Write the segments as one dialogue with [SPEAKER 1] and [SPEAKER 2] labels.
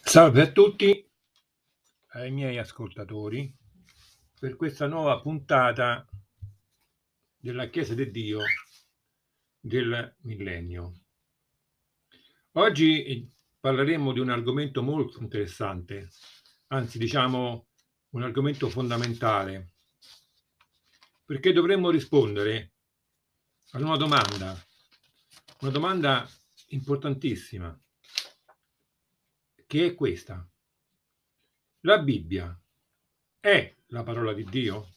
[SPEAKER 1] Salve a tutti, ai miei ascoltatori, per questa nuova puntata della Chiesa di Dio del Millennio. Oggi parleremo di un argomento molto interessante, anzi diciamo un argomento fondamentale, perché dovremmo rispondere a una domanda importantissima, che è questa: la Bibbia è la parola di Dio?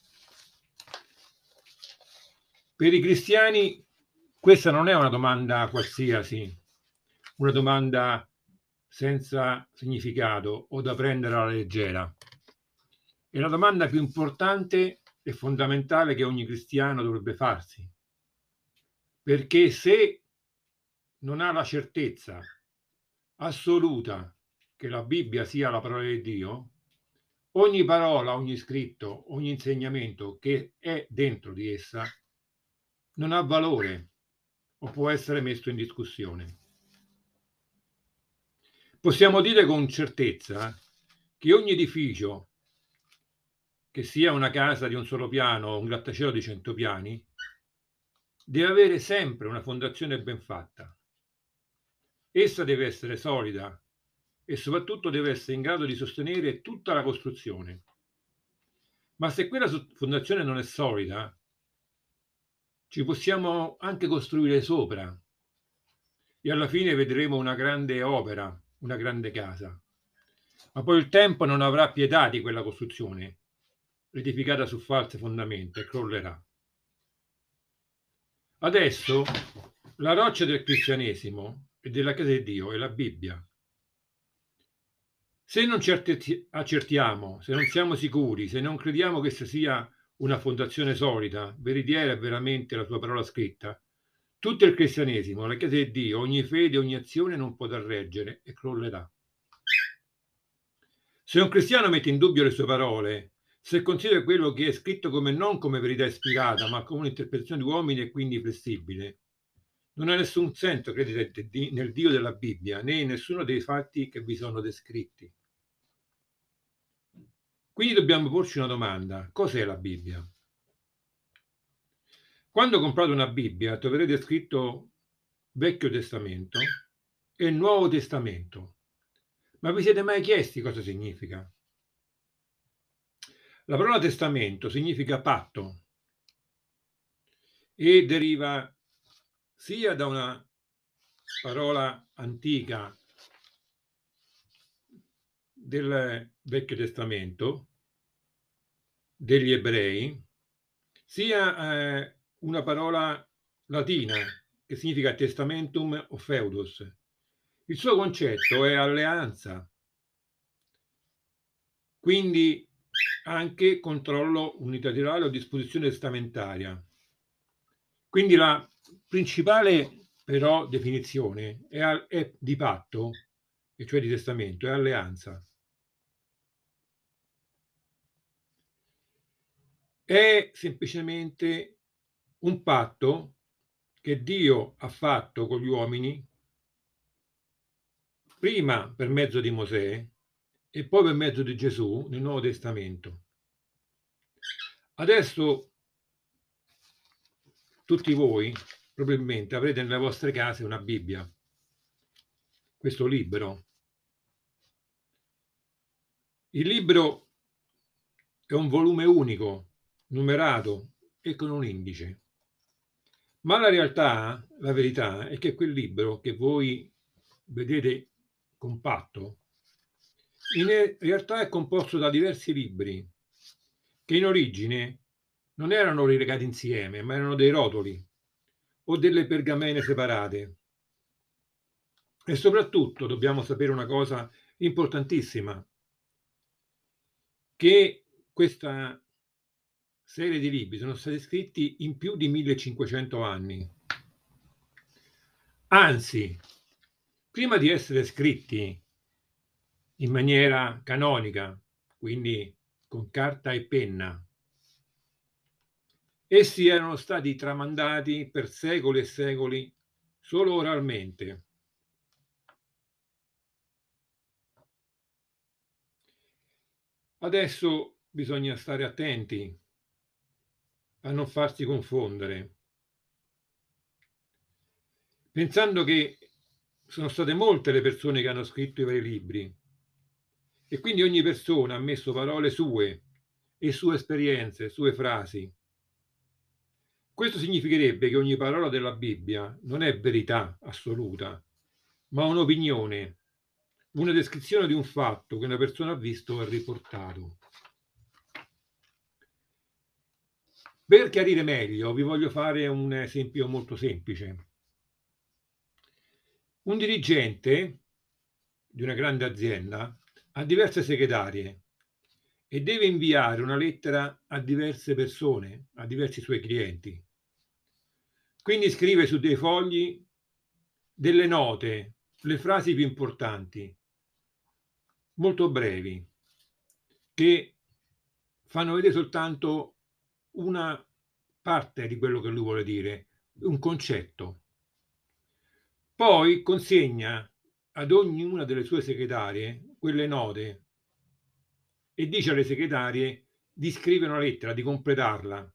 [SPEAKER 1] Per i cristiani questa non è una domanda qualsiasi, una domanda senza significato o da prendere alla leggera. È la domanda più importante e fondamentale che ogni cristiano dovrebbe farsi, perché se non ha la certezza assoluta che la Bibbia sia la parola di Dio, ogni parola, ogni scritto, ogni insegnamento che è dentro di essa non ha valore o può essere messo in discussione. Possiamo dire con certezza che ogni edificio, che sia una casa di un solo piano o un grattacielo di 100 piani, deve avere sempre una fondazione ben fatta. Essa deve essere solida e soprattutto deve essere in grado di sostenere tutta la costruzione. Ma se quella fondazione non è solida, ci possiamo anche costruire sopra e alla fine vedremo una grande opera, una grande casa. Ma poi il tempo non avrà pietà di quella costruzione, edificata su false fondamenta, e crollerà. Adesso la roccia del cristianesimo e della Chiesa di Dio è la Bibbia. Se non ci accertiamo, se non siamo sicuri, se non crediamo che essa sia una fondazione solida, veritiera e veramente la sua parola scritta, tutto il cristianesimo, la Chiesa di Dio, ogni fede, ogni azione non potrà reggere e crollerà. Se un cristiano mette in dubbio le sue parole, se considera quello che è scritto non come verità ispirata, ma come un'interpretazione di uomini e quindi flessibile, non ha nessun senso credere nel Dio della Bibbia, né in nessuno dei fatti che vi sono descritti. Quindi dobbiamo porci una domanda: cos'è la Bibbia? Quando comprate una Bibbia troverete scritto Vecchio Testamento e Nuovo Testamento. Ma vi siete mai chiesti cosa significa? La parola testamento significa patto e deriva sia da una parola antica del Vecchio Testamento, degli ebrei, sia una parola latina che significa testamentum o feudus. Il suo concetto è alleanza, quindi anche controllo unilaterale o disposizione testamentaria. Quindi la principale però definizione è di patto, e cioè di testamento, è alleanza. È semplicemente un patto che Dio ha fatto con gli uomini, prima per mezzo di Mosè e poi per mezzo di Gesù nel Nuovo Testamento. Adesso tutti voi probabilmente avrete nelle vostre case una Bibbia, questo libro. Il libro è un volume unico, numerato e con un indice. Ma la realtà, la verità è che quel libro che voi vedete compatto, in realtà è composto da diversi libri che in origine non erano rilegati insieme, ma erano dei rotoli o delle pergamene separate. E soprattutto dobbiamo sapere una cosa importantissima, che questa serie di libri sono stati scritti in più di 1500 anni. Anzi, prima di essere scritti in maniera canonica, quindi con carta e penna, essi erano stati tramandati per secoli e secoli solo oralmente. Adesso bisogna stare attenti a non farsi confondere, pensando che sono state molte le persone che hanno scritto i vari libri e quindi ogni persona ha messo parole sue e sue esperienze, sue frasi. Questo significherebbe che ogni parola della Bibbia non è verità assoluta, ma un'opinione, una descrizione di un fatto che una persona ha visto o ha riportato. Per chiarire meglio, vi voglio fare un esempio molto semplice. Un dirigente di una grande azienda ha diverse segretarie e deve inviare una lettera a diverse persone, a diversi suoi clienti. Quindi scrive su dei fogli delle note, le frasi più importanti, molto brevi, che fanno vedere soltanto una parte di quello che lui vuole dire, un concetto. Poi consegna ad ognuna delle sue segretarie quelle note e dice alle segretarie di scrivere una lettera, di completarla.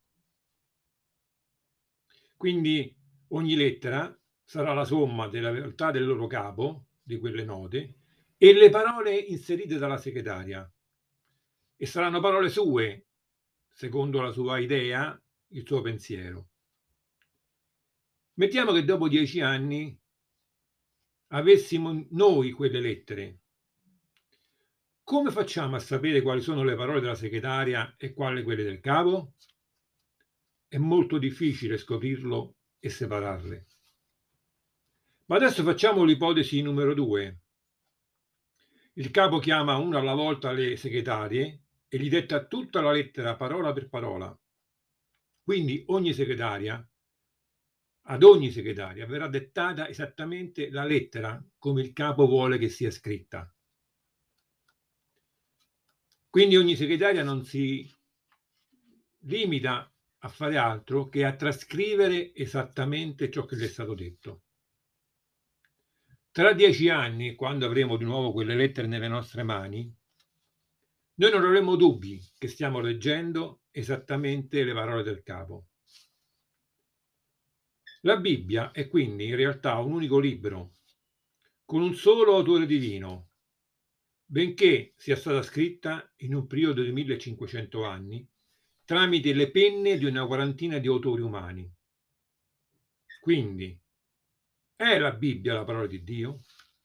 [SPEAKER 1] Quindi ogni lettera sarà la somma della realtà del loro capo, di quelle note, e le parole inserite dalla segretaria. E saranno parole sue, secondo la sua idea, il suo pensiero. Mettiamo che dopo 10 anni avessimo noi quelle lettere. Come facciamo a sapere quali sono le parole della segretaria e quali quelle del capo? È molto difficile scoprirlo e separarle. Ma adesso facciamo l'ipotesi numero 2. Il capo chiama una alla volta le segretarie e gli detta tutta la lettera parola per parola. Quindi ad ogni segretaria verrà dettata esattamente la lettera come il capo vuole che sia scritta. Quindi ogni segretaria non si limita a fare altro che a trascrivere esattamente ciò che le è stato detto. Tra 10 anni, quando avremo di nuovo quelle lettere nelle nostre mani, noi non avremo dubbi che stiamo leggendo esattamente le parole del capo. La Bibbia è quindi in realtà un unico libro, con un solo autore divino, benché sia stata scritta in un periodo di 1500 anni tramite le penne di una quarantina di autori umani. Quindi, è la Bibbia la parola di Dio?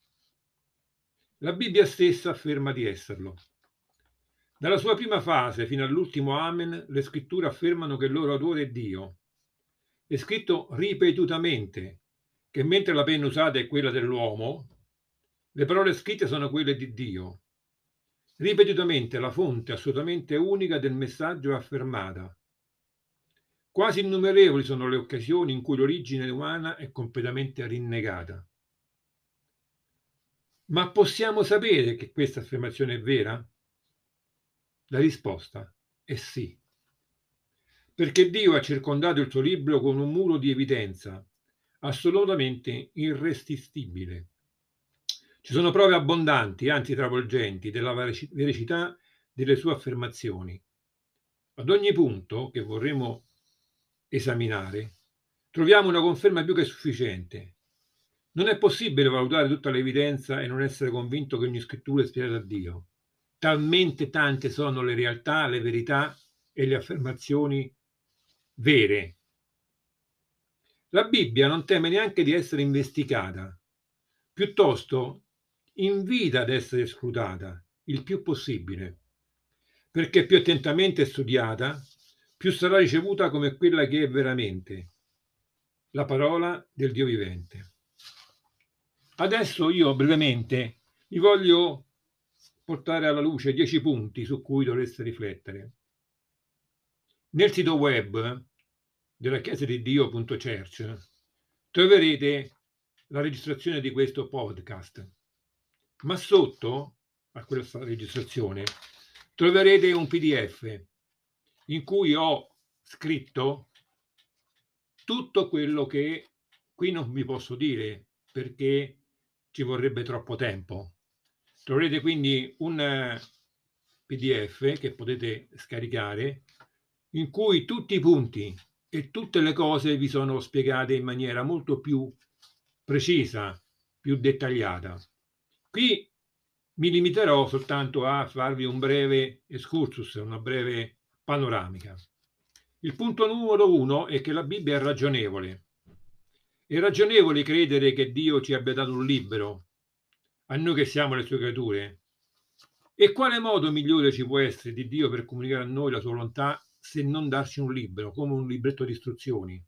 [SPEAKER 1] La Bibbia stessa afferma di esserlo. Dalla sua prima fase fino all'ultimo Amen, le scritture affermano che il loro autore è Dio. È scritto ripetutamente che mentre la penna usata è quella dell'uomo, le parole scritte sono quelle di Dio. Ripetutamente la fonte assolutamente unica del messaggio è affermata. Quasi innumerevoli sono le occasioni in cui l'origine umana è completamente rinnegata. Ma possiamo sapere che questa affermazione è vera? La risposta è sì. Perché Dio ha circondato il suo libro con un muro di evidenza assolutamente irresistibile. Ci sono prove abbondanti, anzi travolgenti, della veracità delle sue affermazioni. Ad ogni punto che vorremmo esaminare, troviamo una conferma più che sufficiente. Non è possibile valutare tutta l'evidenza e non essere convinto che ogni scrittura è ispirata da Dio. Talmente tante sono le realtà, le verità e le affermazioni vere. La Bibbia non teme neanche di essere investigata, piuttosto invita ad essere scrutata il più possibile, perché più attentamente è studiata, più sarà ricevuta come quella che è veramente, la parola del Dio vivente. Adesso io brevemente vi voglio portare alla luce 10 punti su cui dovreste riflettere. Nel sito web della chiesa di Dio.church troverete la registrazione di questo podcast, ma sotto a questa registrazione troverete un PDF in cui ho scritto tutto quello che qui non vi posso dire perché ci vorrebbe troppo tempo. Troverete quindi un PDF che potete scaricare, in cui tutti i punti e tutte le cose vi sono spiegate in maniera molto più precisa, più dettagliata. Qui mi limiterò soltanto a farvi un breve excursus, una breve panoramica. Il punto numero 1 è che la Bibbia è ragionevole. È ragionevole credere che Dio ci abbia dato un libro, a noi che siamo le sue creature. E quale modo migliore ci può essere di Dio per comunicare a noi la sua volontà se non darci un libro, come un libretto di istruzioni?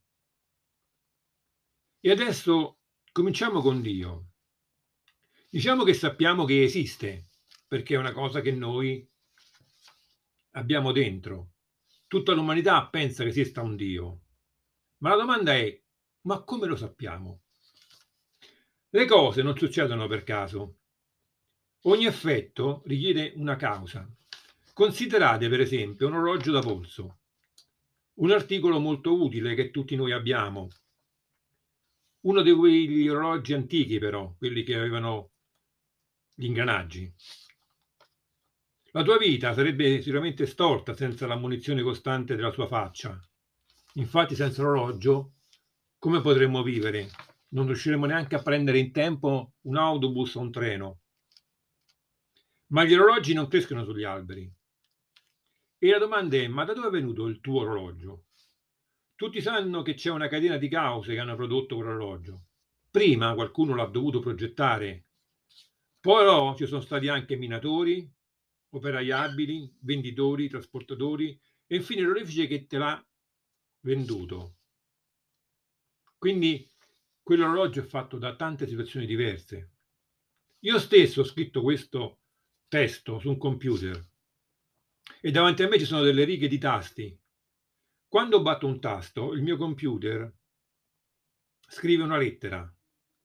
[SPEAKER 1] E adesso cominciamo con Dio. Diciamo che sappiamo che esiste, perché è una cosa che noi abbiamo dentro. Tutta l'umanità pensa che esista un Dio. Ma la domanda è: ma come lo sappiamo? Le cose non succedono per caso. Ogni effetto richiede una causa. Considerate per esempio un orologio da polso, un articolo molto utile che tutti noi abbiamo. Uno di quegli orologi antichi però, quelli che avevano gli ingranaggi. La tua vita sarebbe sicuramente storta senza l'ammonizione costante della sua faccia. Infatti senza l'orologio come potremmo vivere? Non riusciremo neanche a prendere in tempo un autobus o un treno. Ma gli orologi non crescono sugli alberi. E la domanda è: ma da dove è venuto il tuo orologio? Tutti sanno che c'è una catena di cause che hanno prodotto quell'orologio. Prima qualcuno l'ha dovuto progettare, però ci sono stati anche minatori, operai abili, venditori, trasportatori e infine l'orefice che te l'ha venduto. Quindi quell'orologio è fatto da tante situazioni diverse. Io stesso ho scritto questo testo su un computer e davanti a me ci sono delle righe di tasti. Quando batto un tasto, il mio computer scrive una lettera.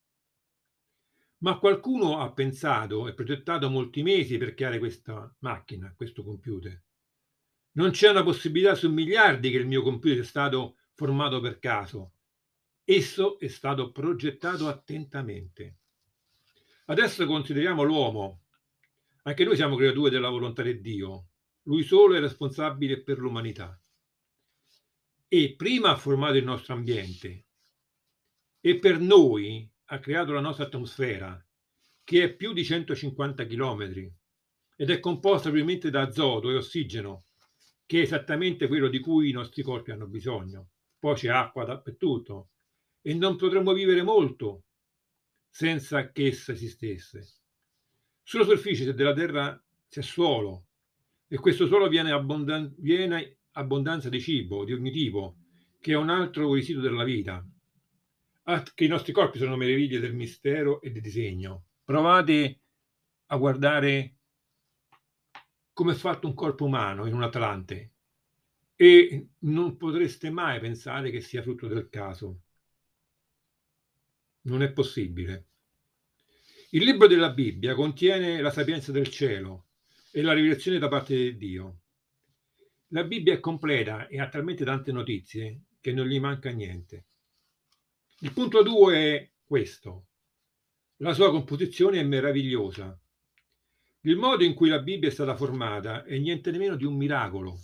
[SPEAKER 1] Ma qualcuno ha pensato e progettato molti mesi per creare questa macchina, questo computer. Non c'è una possibilità su miliardi che il mio computer sia stato formato per caso. Esso è stato progettato attentamente. Adesso consideriamo l'uomo. Anche noi siamo creature della volontà di Dio. Lui solo è responsabile per l'umanità. E prima ha formato il nostro ambiente e per noi ha creato la nostra atmosfera, che è più di 150 chilometri ed è composta probabilmente da azoto e ossigeno, che è esattamente quello di cui i nostri corpi hanno bisogno. Poi c'è acqua dappertutto e non potremmo vivere molto senza che essa esistesse. Sulla superficie della Terra c'è suolo e questo suolo viene abbondanza di cibo di ogni tipo, che è un altro requisito della vita. Che i nostri corpi sono meraviglie del mistero e del disegno. Provate a guardare come è fatto un corpo umano in un Atlante e non potreste mai pensare che sia frutto del caso. Non è possibile. Il libro della Bibbia contiene la sapienza del cielo e la rivelazione da parte di Dio. La Bibbia è completa e ha talmente tante notizie che non gli manca niente. Il punto 2 è questo: la sua composizione è meravigliosa. Il modo in cui la Bibbia è stata formata è niente di meno di un miracolo.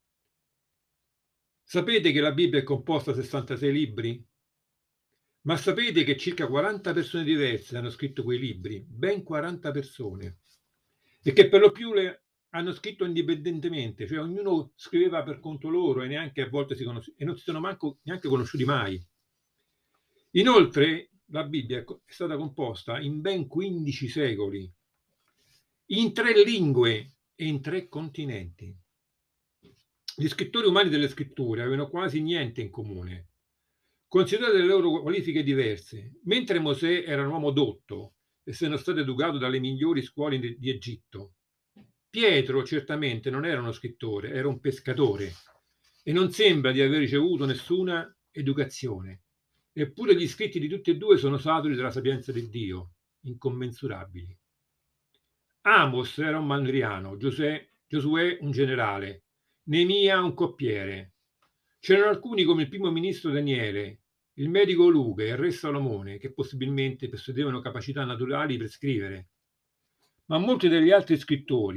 [SPEAKER 1] Sapete che la Bibbia è composta da 66 libri? Ma sapete che circa 40 persone diverse hanno scritto quei libri? Ben 40 persone. E che per lo più le hanno scritto indipendentemente, cioè ognuno scriveva per conto loro e neanche a volte e non si sono neanche conosciuti mai. Inoltre la Bibbia è stata composta in ben 15 secoli, in 3 lingue e in 3 continenti. Gli scrittori umani delle scritture avevano quasi niente in comune. Considerate le loro qualifiche diverse. Mentre Mosè era un uomo dotto, essendo stato educato dalle migliori scuole di Egitto, Pietro certamente non era uno scrittore, era un pescatore e non sembra di aver ricevuto nessuna educazione. Eppure gli scritti di tutti e due sono saturi della sapienza di Dio, incommensurabili. Amos era un mandriano, Giosuè un generale, Neemia un coppiere. C'erano alcuni come il primo ministro Daniele, il medico Luca e il re Salomone, che possibilmente possedevano capacità naturali per scrivere. Ma molti degli altri scrittori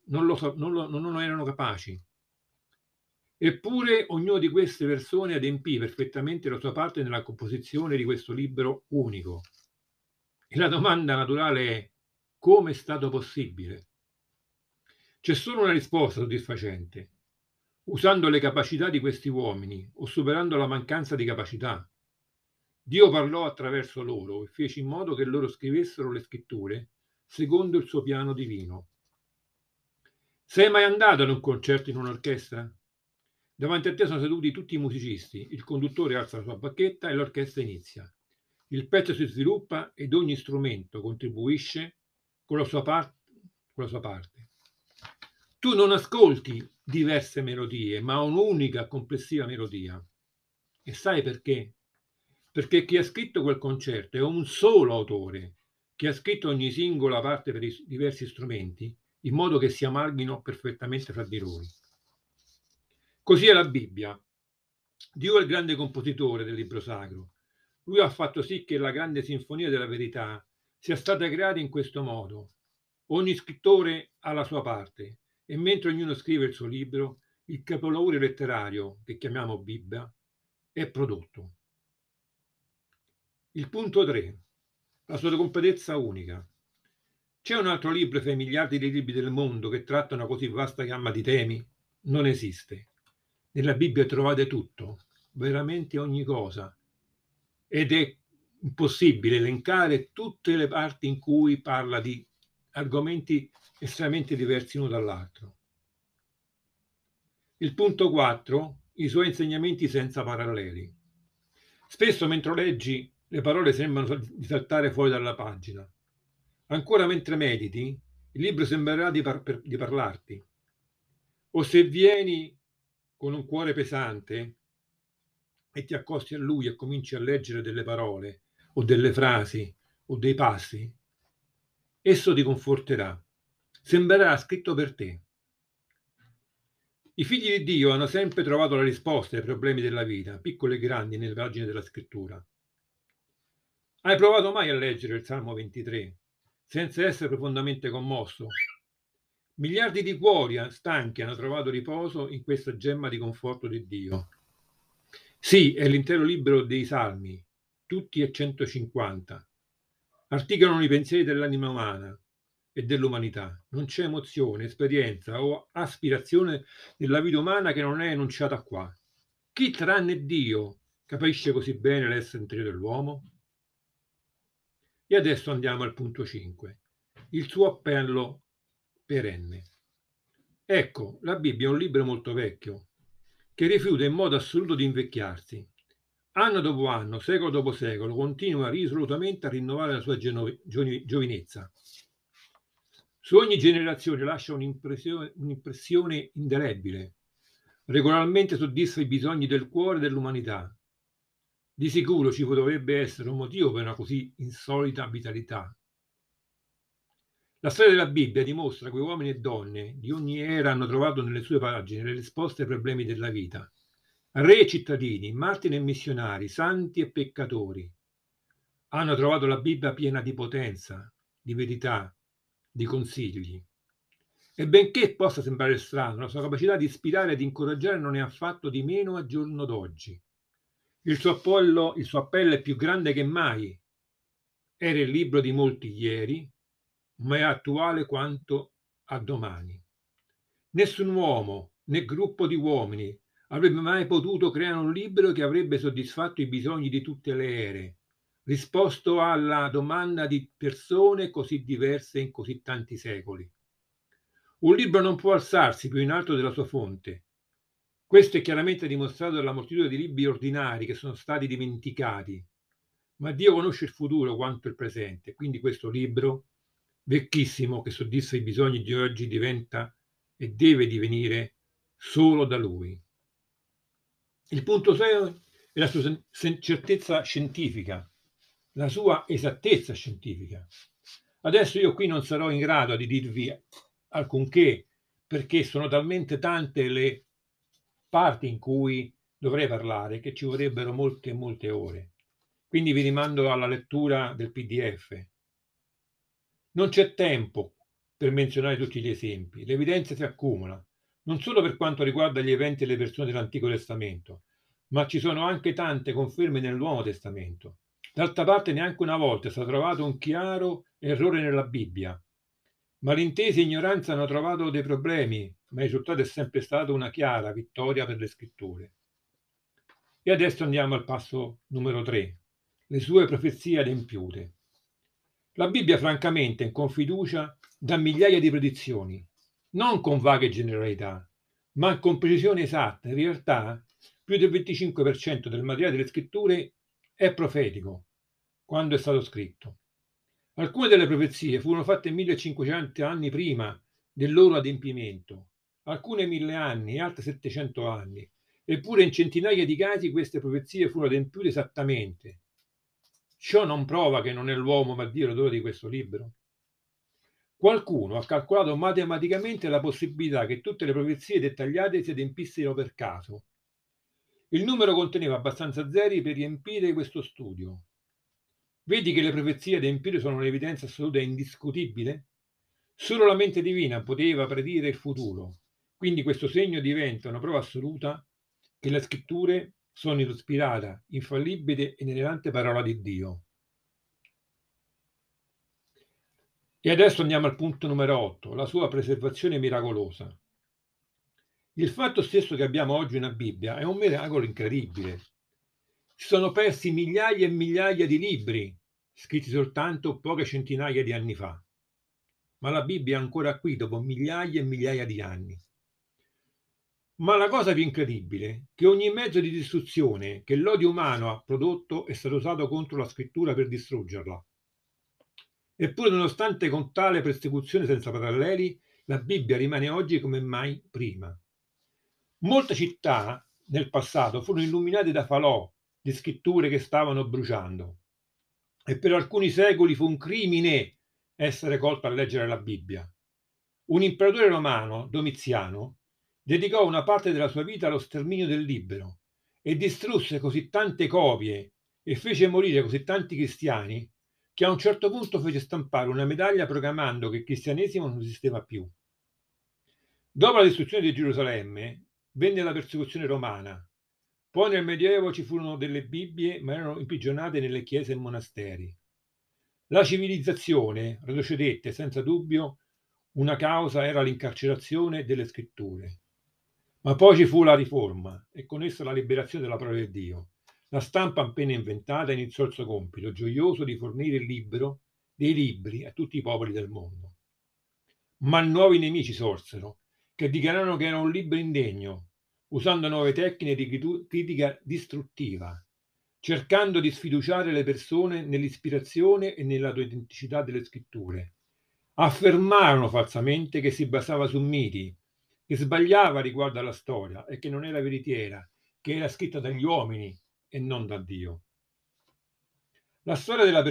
[SPEAKER 1] non erano capaci. Eppure ognuno di queste persone adempì perfettamente la sua parte nella composizione di questo libro unico. E la domanda naturale è: come è stato possibile? C'è solo una risposta soddisfacente: usando le capacità di questi uomini o superando la mancanza di capacità. Dio parlò attraverso loro e fece in modo che loro scrivessero le scritture secondo il suo piano divino. Sei mai andato ad un concerto in un'orchestra? Davanti a te sono seduti tutti i musicisti, il conduttore alza la sua bacchetta e l'orchestra inizia. Il pezzo si sviluppa ed ogni strumento contribuisce con la sua parte. Tu non ascolti diverse melodie, ma un'unica complessiva melodia. E sai perché? Perché chi ha scritto quel concerto è un solo autore, che ha scritto ogni singola parte per i diversi strumenti, in modo che si amalghino perfettamente fra di loro. Così è la Bibbia. Dio è il grande compositore del libro sacro. Lui ha fatto sì che la grande sinfonia della verità sia stata creata in questo modo. Ogni scrittore ha la sua parte e mentre ognuno scrive il suo libro, il capolavoro letterario, che chiamiamo Bibbia, è prodotto. Il punto 3. La sua completezza unica. C'è un altro libro fra i miliardi di libri del mondo che tratta una così vasta gamma di temi? Non esiste. Nella Bibbia trovate tutto, veramente ogni cosa, ed è impossibile elencare tutte le parti in cui parla di argomenti estremamente diversi uno dall'altro. Il punto 4. I suoi insegnamenti senza paralleli. Spesso mentre leggi le parole sembrano di saltare fuori dalla pagina. Ancora mentre mediti, il libro sembrerà di parlarti. O se vieni con un cuore pesante e ti accosti a lui e cominci a leggere delle parole o delle frasi o dei passi, esso ti conforterà. Sembrerà scritto per te. I figli di Dio hanno sempre trovato la risposta ai problemi della vita, piccoli e grandi, nelle pagine della scrittura. Hai provato mai a leggere il Salmo 23 senza essere profondamente commosso? Miliardi di cuori stanchi hanno trovato riposo in questa gemma di conforto di Dio. Sì, è l'intero libro dei Salmi, tutti e 150. Articolano i pensieri dell'anima umana e dell'umanità. Non c'è emozione, esperienza o aspirazione nella vita umana che non è enunciata qua. Chi tranne Dio capisce così bene l'essere interiore dell'uomo? E adesso andiamo al punto 5, il suo appello perenne. Ecco, la Bibbia è un libro molto vecchio, che rifiuta in modo assoluto di invecchiarsi. Anno dopo anno, secolo dopo secolo, continua risolutamente a rinnovare la sua giovinezza. Su ogni generazione lascia un'impressione indelebile. Regolarmente soddisfa i bisogni del cuore dell'umanità. Di sicuro ci dovrebbe essere un motivo per una così insolita vitalità. La storia della Bibbia dimostra che uomini e donne di ogni era hanno trovato nelle sue pagine le risposte ai problemi della vita. Re e cittadini, martiri e missionari, santi e peccatori hanno trovato la Bibbia piena di potenza, di verità, di consigli. E benché possa sembrare strano, la sua capacità di ispirare e di incoraggiare non è affatto di meno al giorno d'oggi. Il suo appello è più grande che mai. Era il libro di molti ieri, ma è attuale quanto a domani. Nessun uomo né gruppo di uomini avrebbe mai potuto creare un libro che avrebbe soddisfatto i bisogni di tutte le ere, risposto alla domanda di persone così diverse in così tanti secoli. Un libro non può alzarsi più in alto della sua fonte. Questo è chiaramente dimostrato dalla moltitudine di libri ordinari che sono stati dimenticati. Ma Dio conosce il futuro quanto il presente, quindi questo libro, vecchissimo, che soddisfa i bisogni di oggi, diventa e deve divenire solo da Lui. Il punto 6 è la sua certezza scientifica, la sua esattezza scientifica. Adesso io qui non sarò in grado di dirvi alcunché, perché sono talmente tante le parti in cui dovrei parlare che ci vorrebbero molte, molte ore. Quindi vi rimando alla lettura del PDF. Non c'è tempo per menzionare tutti gli esempi. L'evidenza si accumula, non solo per quanto riguarda gli eventi e le persone dell'Antico Testamento, ma ci sono anche tante conferme nel Nuovo Testamento. D'altra parte neanche una volta è stato trovato un chiaro errore nella Bibbia. Malintesi e ignoranza hanno trovato dei problemi, ma il risultato è sempre stato una chiara vittoria per le scritture. E adesso andiamo al passo numero 3, le sue profezie adempiute. La Bibbia francamente con fiducia dà migliaia di predizioni, non con vaghe generalità, ma con precisione esatta. In realtà più del 25% del materiale delle scritture è profetico quando è stato scritto. Alcune delle profezie furono fatte 1500 anni prima del loro adempimento, alcune 1000 anni e altre 700 anni, eppure in centinaia di casi queste profezie furono adempiute esattamente. Ciò non prova che non è l'uomo ma Dio l'autore di questo libro? Qualcuno ha calcolato matematicamente la possibilità che tutte le profezie dettagliate si adempissero per caso. Il numero conteneva abbastanza zeri per riempire questo studio. Vedi che le profezie adempiute sono un'evidenza assoluta e indiscutibile? Solo la mente divina poteva predire il futuro, quindi questo segno diventa una prova assoluta che le scritture sono ispirata, infallibile e inerrante parola di Dio. E adesso andiamo al punto numero 8, la sua preservazione miracolosa. Il fatto stesso che abbiamo oggi una Bibbia è un miracolo incredibile. Si sono persi migliaia e migliaia di libri, scritti soltanto poche centinaia di anni fa. Ma la Bibbia è ancora qui dopo migliaia e migliaia di anni. Ma la cosa più incredibile è che ogni mezzo di distruzione che l'odio umano ha prodotto è stato usato contro la scrittura per distruggerla. Eppure, nonostante con tale persecuzione senza paralleli, la Bibbia rimane oggi come mai prima. Molte città nel passato furono illuminate da falò di scritture che stavano bruciando e per alcuni secoli fu un crimine essere colto a leggere la Bibbia. Un imperatore romano, Domiziano, dedicò una parte della sua vita allo sterminio del libro e distrusse così tante copie e fece morire così tanti cristiani che a un certo punto fece stampare una medaglia proclamando che il cristianesimo non esisteva più. Dopo la distruzione di Gerusalemme venne la persecuzione romana. Poi nel Medioevo ci furono delle Bibbie, ma erano imprigionate nelle chiese e monasteri. La civilizzazione retrocedette senza dubbio, una causa era l'incarcerazione delle scritture. Ma poi ci fu la riforma e con essa la liberazione della parola di Dio. La stampa appena inventata iniziò il suo compito, gioioso di fornire il libro dei libri a tutti i popoli del mondo. Ma nuovi nemici sorsero, che dichiararono che era un libro indegno, usando nuove tecniche di critica distruttiva, cercando di sfiduciare le persone nell'ispirazione e nell'autenticità delle scritture. Affermarono falsamente che si basava su miti, che sbagliava riguardo alla storia e che non era veritiera, che era scritta dagli uomini e non da Dio. La storia della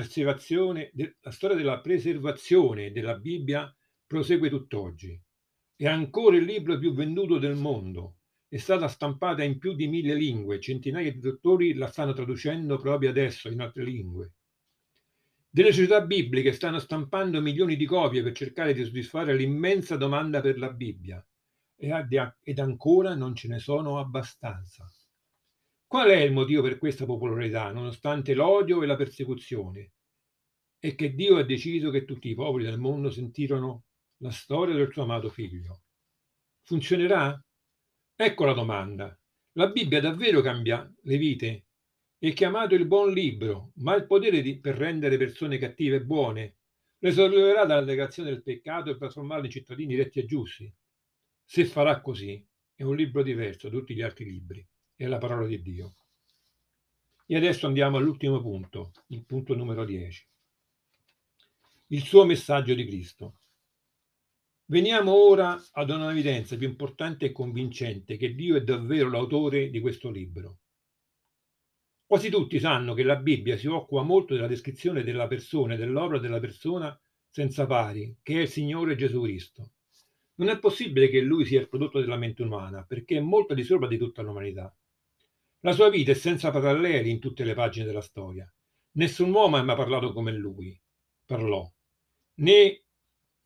[SPEAKER 1] preservazione della Bibbia prosegue tutt'oggi. È ancora il libro più venduto del mondo. È stata stampata in più di 1000 lingue, centinaia di dottori la stanno traducendo proprio adesso in altre lingue. Delle società bibliche stanno stampando milioni di copie per cercare di soddisfare l'immensa domanda per la Bibbia ed ancora non ce ne sono abbastanza. Qual è il motivo per questa popolarità, nonostante l'odio e la persecuzione? È che Dio ha deciso che tutti i popoli del mondo sentirono la storia del suo amato figlio. Funzionerà? Ecco la domanda. La Bibbia davvero cambia le vite? È chiamato il buon libro, ma ha il potere per rendere persone cattive e buone? Le solleverà dalla negazione del peccato e trasformarle in cittadini retti e giusti? Se farà così, è un libro diverso da tutti gli altri libri. È la parola di Dio. E adesso andiamo all'ultimo punto, il punto numero 10. Il suo messaggio di Cristo. Veniamo ora ad una evidenza più importante e convincente che Dio è davvero l'autore di questo libro. Quasi tutti sanno che la Bibbia si occupa molto della descrizione della persona e dell'opera della persona senza pari, che è il Signore Gesù Cristo. Non è possibile che Lui sia il prodotto della mente umana, perché è molto di sopra di tutta l'umanità. La sua vita è senza paralleli in tutte le pagine della storia. Nessun uomo ha mai parlato come Lui parlò, né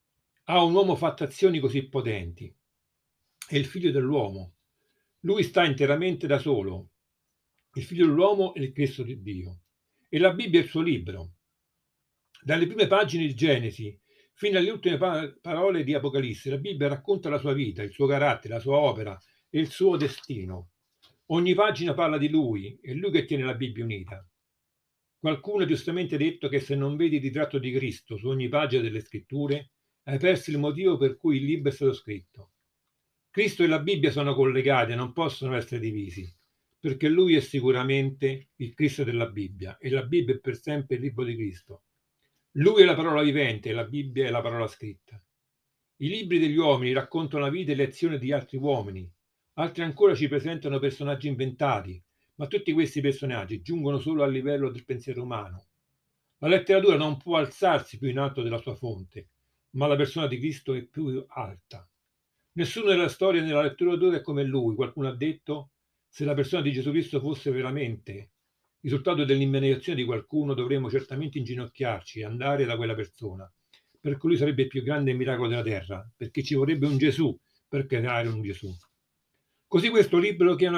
[SPEAKER 1] Ha un uomo fatto azioni così potenti. È il figlio dell'uomo. Lui sta interamente da solo. Il figlio dell'uomo è il Cristo di Dio. E la Bibbia è il suo libro. Dalle prime pagine di Genesi fino alle ultime parole di Apocalisse, la Bibbia racconta la sua vita, il suo carattere, la sua opera e il suo destino. Ogni pagina parla di lui, è lui che tiene la Bibbia unita. Qualcuno ha giustamente detto che se non vedi il ritratto di Cristo su ogni pagina delle scritture, hai perso il motivo per cui il libro è stato scritto. Cristo e la Bibbia sono collegati, non possono essere divisi, perché lui è sicuramente il Cristo della Bibbia e la Bibbia è per sempre il libro di Cristo. Lui è la parola vivente e la Bibbia è la parola scritta. I libri degli uomini raccontano la vita e le azioni di altri uomini, altri ancora ci presentano personaggi inventati, ma tutti questi personaggi giungono solo al livello del pensiero umano. La letteratura non può alzarsi più in alto della sua fonte, ma la persona di Cristo è più alta. Nessuno nella storia e nella letteratura è come lui. Qualcuno ha detto, se la persona di Gesù Cristo fosse veramente il risultato dell'immaginazione di qualcuno, dovremmo certamente inginocchiarci e andare da quella persona, perché lui sarebbe il più grande miracolo della terra, perché ci vorrebbe un Gesù per creare un Gesù. Così questo libro che ha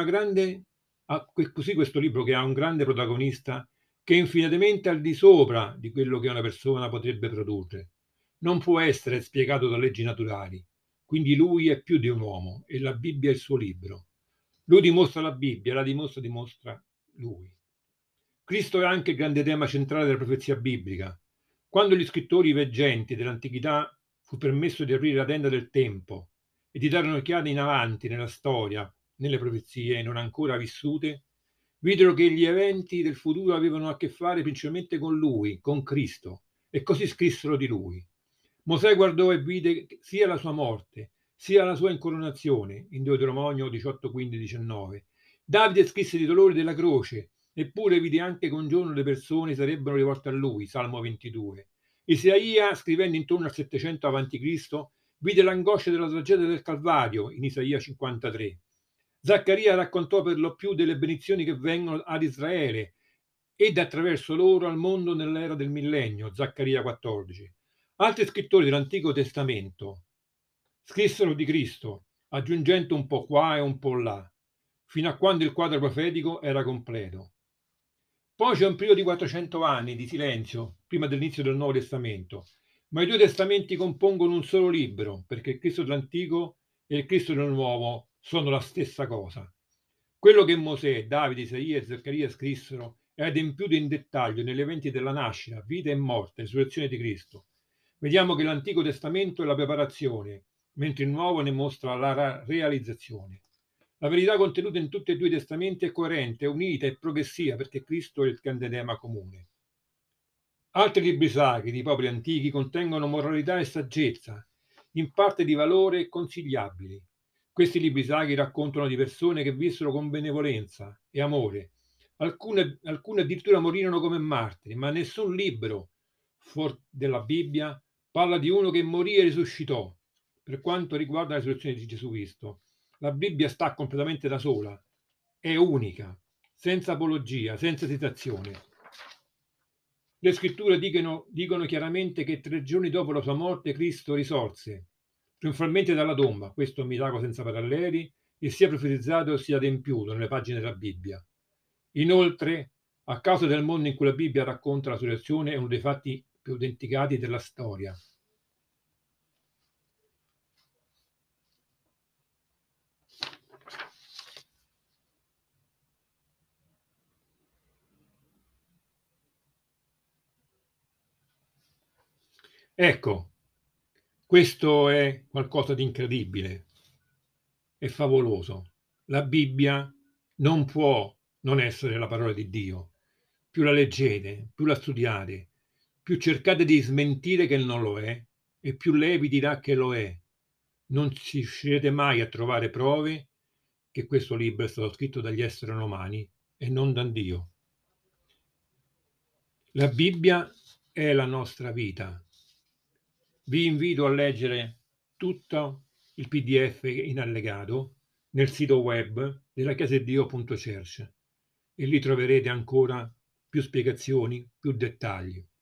[SPEAKER 1] un grande protagonista che è infinitamente al di sopra di quello che una persona potrebbe produrre. Non può essere spiegato da leggi naturali. Quindi lui è più di un uomo e la Bibbia è il suo libro. Lui dimostra la Bibbia, dimostra lui. Cristo è anche il grande tema centrale della profezia biblica. Quando gli scrittori veggenti dell'antichità fu permesso di aprire la tenda del tempo e di dare un'occhiata in avanti nella storia, nelle profezie non ancora vissute, videro che gli eventi del futuro avevano a che fare principalmente con lui, con Cristo, e così scrissero di lui. Mosè guardò e vide sia la sua morte, sia la sua incoronazione, in Deuteronomio 18, 15, 19. Davide scrisse di dolori della croce, eppure vide anche che un giorno le persone sarebbero rivolte a lui, Salmo 22. Isaia, scrivendo intorno al 700 a.C., vide l'angoscia della tragedia del Calvario, in Isaia 53. Zaccaria raccontò per lo più delle benedizioni che vengono ad Israele ed attraverso loro al mondo nell'era del millennio, Zaccaria 14. Altri scrittori dell'Antico Testamento scrissero di Cristo, aggiungendo un po' qua e un po' là, fino a quando il quadro profetico era completo. Poi c'è un periodo di 400 anni di silenzio prima dell'inizio del Nuovo Testamento, ma i due testamenti compongono un solo libro, perché il Cristo dell'Antico e il Cristo del Nuovo sono la stessa cosa. Quello che Mosè, Davide, Isaia e Zaccaria scrissero è adempiuto in dettaglio negli eventi della nascita, vita e morte, risurrezione di Cristo. Vediamo che l'Antico Testamento è la preparazione, mentre il Nuovo ne mostra la realizzazione. La verità contenuta in tutti e due i testamenti è coerente, è unita e progressiva perché Cristo è il grande tema comune. Altri libri sacri di popoli antichi contengono moralità e saggezza, in parte di valore e consigliabili. Questi libri sacri raccontano di persone che vissero con benevolenza e amore. Alcune addirittura morirono come martiri, ma nessun libro della Bibbia parla di uno che morì e risuscitò. Per quanto riguarda la risurrezione di Gesù Cristo, la Bibbia sta completamente da sola, è unica, senza apologia, senza esitazione. Le scritture dicono chiaramente che 3 giorni dopo la sua morte Cristo risorse, trionfalmente dalla tomba, questo è un miracolo senza paralleli, e sia profetizzato sia adempiuto nelle pagine della Bibbia. Inoltre, a causa del mondo in cui la Bibbia racconta la resurrezione, è uno dei fatti più autenticati della storia. Ecco, questo è qualcosa di incredibile e favoloso. La Bibbia non può non essere la parola di Dio. Più la leggete, più la studiate, più cercate di smentire che non lo è e più lei vi dirà che lo è. Non riuscirete mai a trovare prove che questo libro è stato scritto dagli esseri umani e non da Dio. La Bibbia è la nostra vita. Vi invito a leggere tutto il PDF in allegato nel sito web della chiasadio.church e lì troverete ancora più spiegazioni, più dettagli.